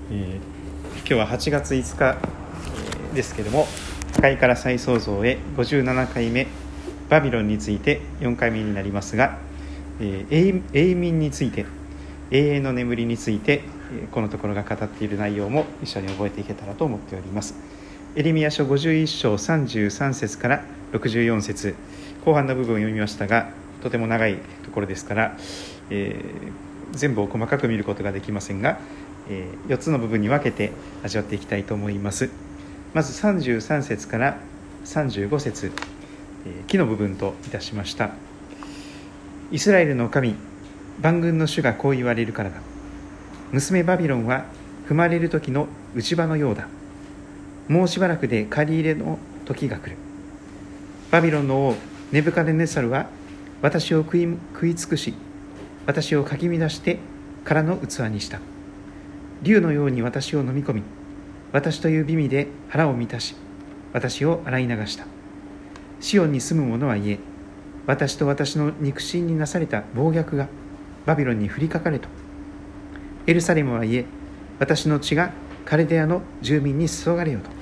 今日は8月5日ですけれども、破壊から再創造へ57回目、バビロンについて4回目になりますが、永眠について、永遠の眠りについて、このところが語っている内容も一緒に覚えていけたらと思っております。エレミヤ書51章33節から64節、後半の部分を読みましたが、とても長いところですから、全部を細かく見ることができませんが、4つの部分に分けて味わっていきたいと思います。まず33節から35節、木の部分といたしました。イスラエルの神、万軍の主がこう言われるからだ。娘バビロンは踏まれる時の内場のようだ。もうしばらくで借り入れの時が来る。バビロンの王ネブカデネサルは私を食い尽くし、私をかき乱して空の器にした。竜のように私を飲み込み、私という美味で腹を満たし、私を洗い流した。シオンに住む者は言え、私と私の肉親になされた暴虐がバビロンに降りかかれと。エルサレムは言え、私の血がカルデアの住民に注がれよと。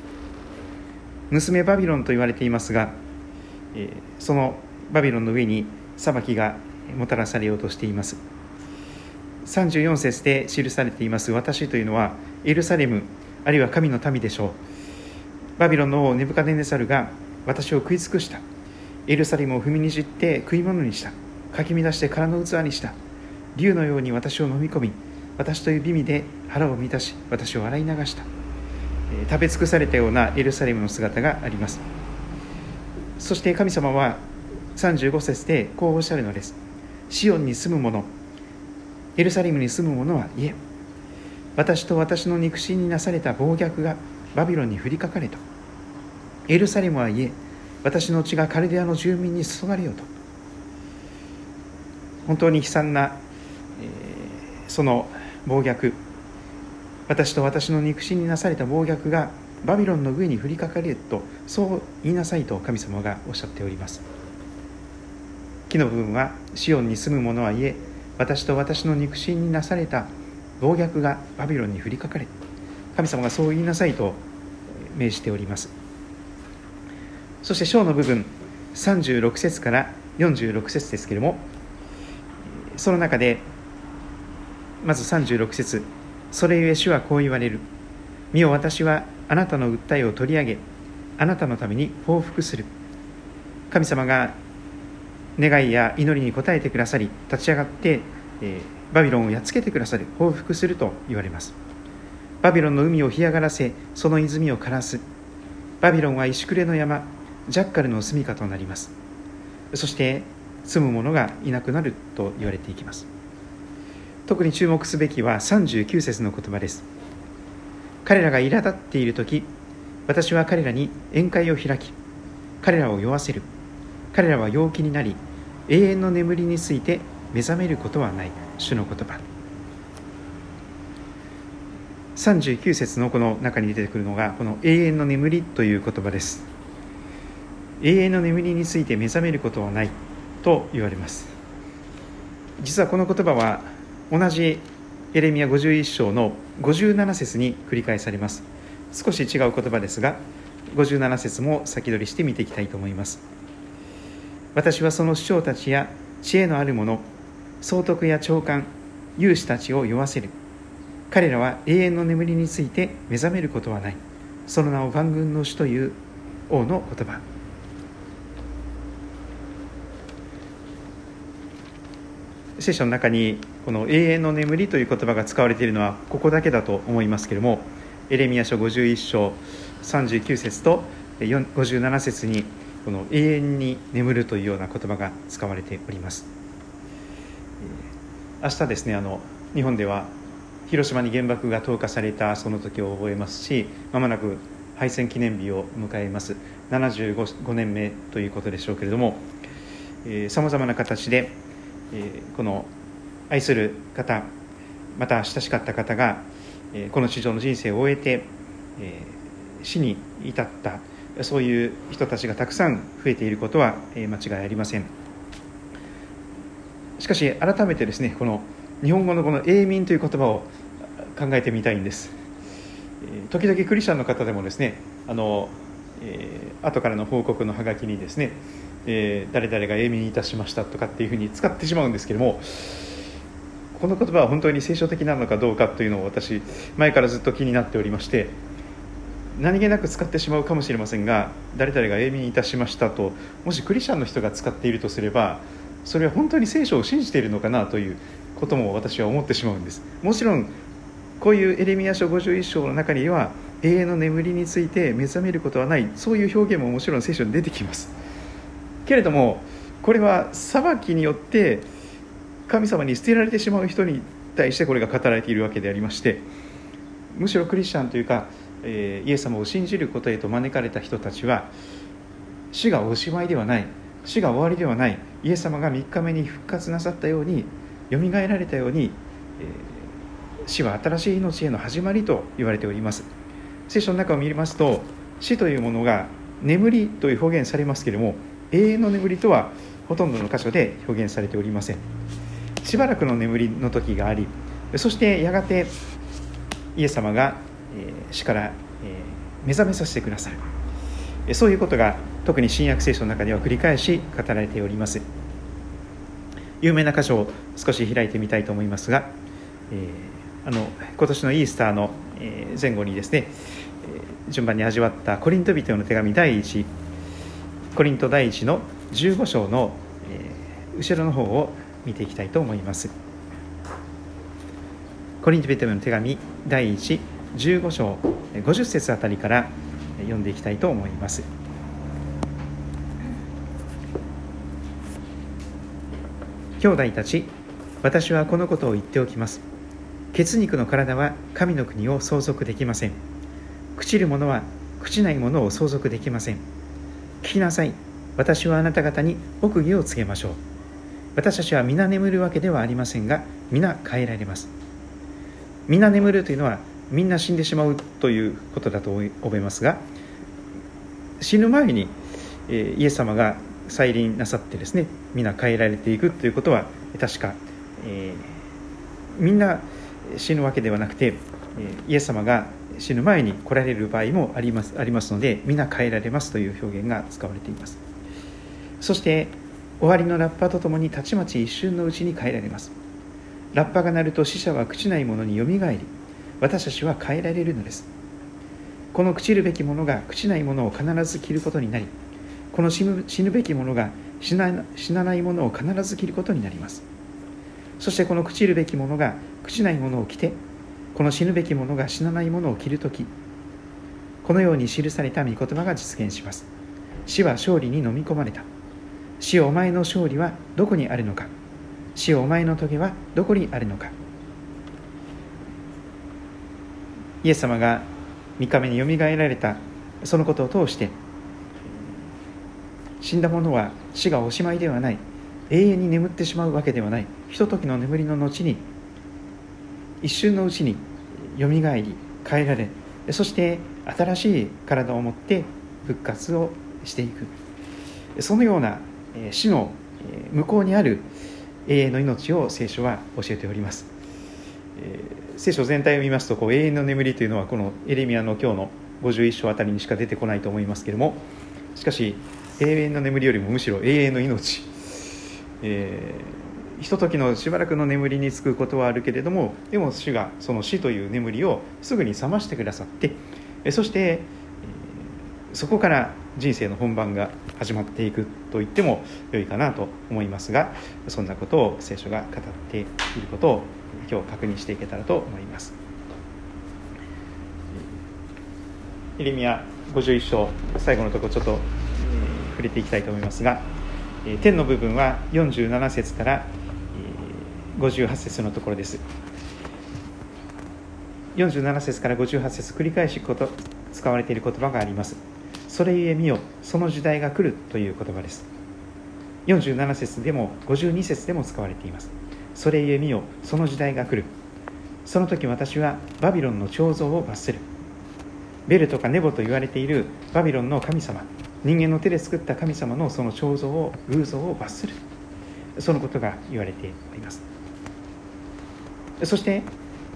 娘バビロンと言われていますが、そのバビロンの上に裁きがもたらされようとしています。34節で記されています私というのはエルサレム、あるいは神の民でしょう。バビロンの王ネブカデネサルが私を食い尽くした。エルサレムを踏みにじって食い物にした。かき乱して空の器にした。竜のように私を飲み込み、私という美味で腹を満たし、私を洗い流した。食べ尽くされたようなエルサレムの姿があります。そして神様は35節でこうおっしゃるのです。シオンに住む者、エルサレムに住む者は言え、私と私の肉親になされた暴虐がバビロンに降りかかれと。エルサレムは言え、私の血がカルデアの住民に注がれよと。本当に悲惨な、その暴虐、私と私の肉親になされた暴虐がバビロンの上に降りかかれと、そう言いなさいと神様がおっしゃっております。木の部分はシオンに住む者は言え、私と私の肉親になされた暴虐がバビロンに降りかかれ。神様がそう言いなさいと命じております。そして章の部分36節から46節ですけれども、その中でまず36節、それゆえ主はこう言われる。見よ、私はあなたの訴えを取り上げ、あなたのために報復する。神様が願いや祈りに応えてくださり、立ち上がって、バビロンをやっつけてくださる、報復すると言われます。バビロンの海を干上がらせ、その泉を枯らす。バビロンは石暮れの山、ジャッカルの住処となります。そして住む者がいなくなると言われていきます。特に注目すべきは39節の言葉です。彼らが苛立っているとき、私は彼らに宴会を開き、彼らを酔わせる。彼らは陽気になり、永遠の眠りについて目覚めることはない。主の言葉。39節のこの中に出てくるのが、この永遠の眠りという言葉です。永遠の眠りについて目覚めることはないと言われます。実はこの言葉は同じエレミヤ51章の57節に繰り返されます。少し違う言葉ですが、57節も先取りして見ていきたいと思います。私はその首長たちや知恵のある者、総督や長官、勇士たちを酔わせる。彼らは永遠の眠りについて目覚めることはない。その名を万軍の主という王の言葉。聖書の中にこの永遠の眠りという言葉が使われているのはここだけだと思いますけれども、エレミヤ書51章39節と57節にこの永遠に眠るというような言葉が使われております。明日ですね、日本では広島に原爆が投下されたその時を覚えますし、まもなく敗戦記念日を迎えます。75年目ということでしょうけれども、さまざまな形でこの愛する方、また親しかった方がこの地上の人生を終えて死に至った、そういう人たちがたくさん増えていることは間違いありません。しかし改めてですね、この日本語のこの永眠という言葉を考えてみたいんです。時々クリスチャンの方でもですね、後からの報告のハガキにですね、誰々が永眠いたしましたとかっていうふうに使ってしまうんですけども、この言葉は本当に聖書的なのかどうかというのを私前からずっと気になっておりまして、何気なく使ってしまうかもしれませんが、誰々が永眠いたしましたともしクリスチャンの人が使っているとすれば、それは本当に聖書を信じているのかなということも私は思ってしまうんです。もちろんこういうエレミヤ書51章の中には永遠の眠りについて目覚めることはない、そういう表現ももちろん聖書に出てきますけれども、これは裁きによって神様に捨てられてしまう人に対してこれが語られているわけでありまして、むしろクリスチャンというか、イエス様を信じることへと招かれた人たちは、死がおしまいではない、死が終わりではない、イエス様が3日目に復活なさったように、よみがえられたように、死は新しい命への始まりと言われております。聖書の中を見ますと、死というものが眠りという表現されますけれども、永遠の眠りとはほとんどの箇所で表現されておりません。しばらくの眠りの時があり、そしてやがてイエス様が死から目覚めさせてくださる、そういうことが特に新約聖書の中では繰り返し語られております。有名な箇所を少し開いてみたいと思いますが、今年のイースターの前後にですね、順番に味わったコリント人への手紙第1コリント第1の15章の後ろの方を見ていきたいと思います。コリント人への手紙第1、15章50節あたりから読んでいきたいと思います。兄弟たち、私はこのことを言っておきます。血肉の体は神の国を相続できません。朽ちるものは朽ちないものを相続できません。聞きなさい。私はあなた方に奥義を告げましょう。私たちは皆眠るわけではありませんが、皆変えられます。皆眠るというのはみんな死んでしまうということだと思いますが、死ぬ前にイエス様が再臨なさってですね、皆変えられていくということは確か、みんな死ぬわけではなくて、イエス様が死ぬ前に来られる場合もありますので、皆変えられますという表現が使われています。そして終わりのラッパとともにたちまち一瞬のうちに変えられます。ラッパが鳴ると死者は朽ちないものによみがえり、私たちは変えられるのです。この朽ちるべきものが朽ちないものを必ず着ることになり、この死ぬべきものが死なないものを必ず着ることになります。そしてこの朽ちるべきものが朽ちないものを着て、この死ぬべきものが死なないものを着るとき、このように記された御言葉が実現します。死は勝利に飲み込まれた。死よ、お前の勝利はどこにあるのか。死よ、お前の棘はどこにあるのか。イエス様が3日目によみがえられたそのことを通して、死んだ者は死がおしまいではない、永遠に眠ってしまうわけではない、ひとときの眠りの後に一瞬のうちによみがえり変えられ、そして新しい体を持って復活をしていく、そのような死の向こうにある永遠の命を聖書は教えております。聖書全体を見ますと、永遠の眠りというのはこのエレミヤの今日の51章あたりにしか出てこないと思いますけれども、しかし永遠の眠りよりもむしろ永遠の命、ひとときのしばらくの眠りにつくことはあるけれども、でも主がその死という眠りをすぐに覚ましてくださって、そしてそこから人生の本番が始まっていくと言っても良いかなと思いますが、そんなことを聖書が語っていることを今日確認していけたらと思います。エレミヤ51章最後のところちょっと触れていきたいと思いますが、天の部分は47節から58節のところです。47節から58節繰り返し使われている言葉があります。それゆえ見よ、その時代が来るという言葉です。47節でも52節でも使われています。それゆえ見よ、その時代が来る。その時私はバビロンの彫像を罰する。ベルとかネボと言われているバビロンの神様、人間の手で作った神様のその彫像を、偶像を罰する。そのことが言われております。そして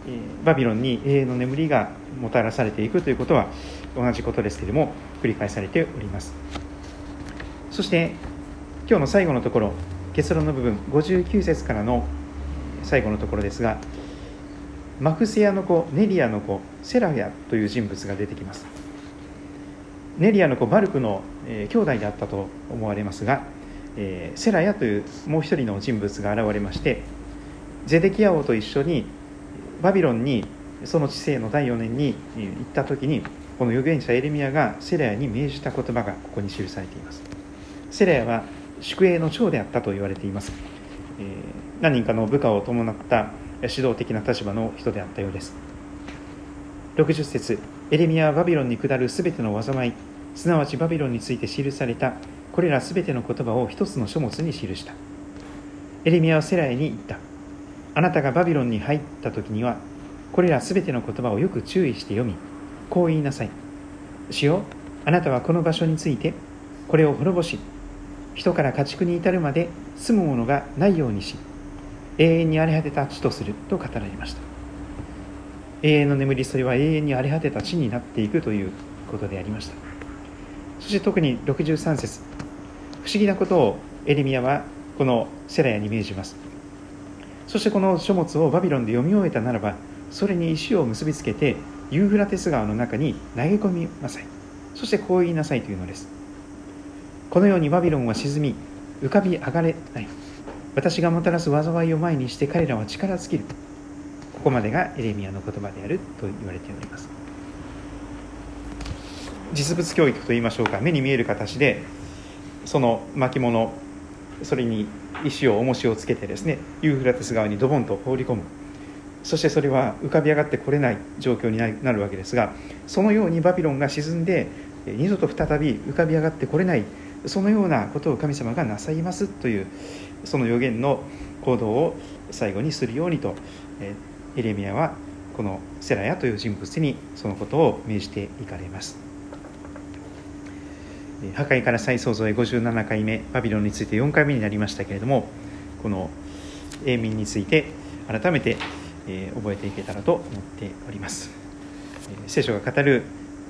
バビロンに永遠の眠りがもたらされていくということは同じことですけれども、繰り返されております。そして今日の最後のところ、結論の部分59節からの最後のところですが、マフセヤの子ネリアの子セラヤという人物が出てきます。ネリアの子バルクの兄弟であったと思われますが、セラヤというもう一人の人物が現れまして、ゼデキヤ王と一緒にバビロンにその治世の第4年に行った時に、この預言者エレミヤがセラヤに命じた言葉がここに記されています。セラヤは宿営の長であったと言われています。何人かの部下を伴った指導的な立場の人であったようです。60節、エレミヤはバビロンに下るすべての災い、すなわちバビロンについて記されたこれらすべての言葉を一つの書物に記した。エレミヤはセラヤに言った。あなたがバビロンに入った時には、これらすべての言葉をよく注意して読み、こう言いなさい。主よ、あなたはこの場所について、これを滅ぼし、人から家畜に至るまで住むものがないようにし、永遠に荒れ果てた地とすると語られました。永遠の眠り、それは永遠に荒れ果てた地になっていくということでありました。そして特に63節、不思議なことをエレミヤはこのセラヤに命じます。そしてこの書物をバビロンで読み終えたならば、それに石を結びつけてユーフラテス川の中に投げ込みなさい。そしてこう言いなさいというのです。このようにバビロンは沈み浮かび上がれない。私がもたらす災いを前にして彼らは力尽きる。ここまでがエレミヤの言葉であると言われております。実物教育といいましょうか、目に見える形でその巻物、それに石を重しをつけてですね、ユーフラテス川にドボンと放り込む。そしてそれは浮かび上がってこれない状況になるわけですが、そのようにバビロンが沈んで二度と再び浮かび上がってこれない、そのようなことを神様がなさいますという、その預言の行動を最後にするようにと、エレミヤはこのセラヤという人物にそのことを命じていかれます。破壊から再創造へ57回目、バビロンについて4回目になりましたけれども、この永民について改めて覚えていけたらと思っております。聖書が語る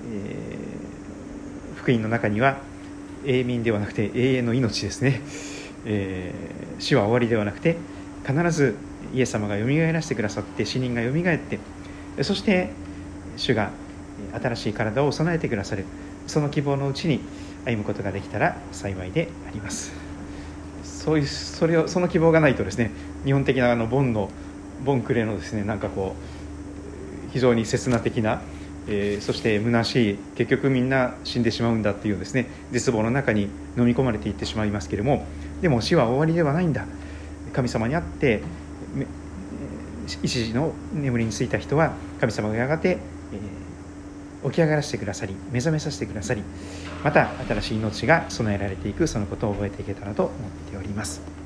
福音の中には、永民ではなくて永遠の命ですね、死は終わりではなくて、必ずイエス様がよみがえらせてくださって、死人がよみがえって、そして主が新しい体を備えてくださる、その希望のうちに歩むことができたら幸いであります。その希望がないとですね、日本的なボンクレのですね、なんかこう非常に刹那的な、そして虚しい、結局みんな死んでしまうんだっていうですね、絶望の中に飲み込まれていってしまいますけれども、でも死は終わりではないんだ。神様にあって一時の眠りについた人は神様がやがて、起き上がらせてくださり、目覚めさせてくださり、また新しい命が備えられていく、そのことを覚えていけたらと思っております。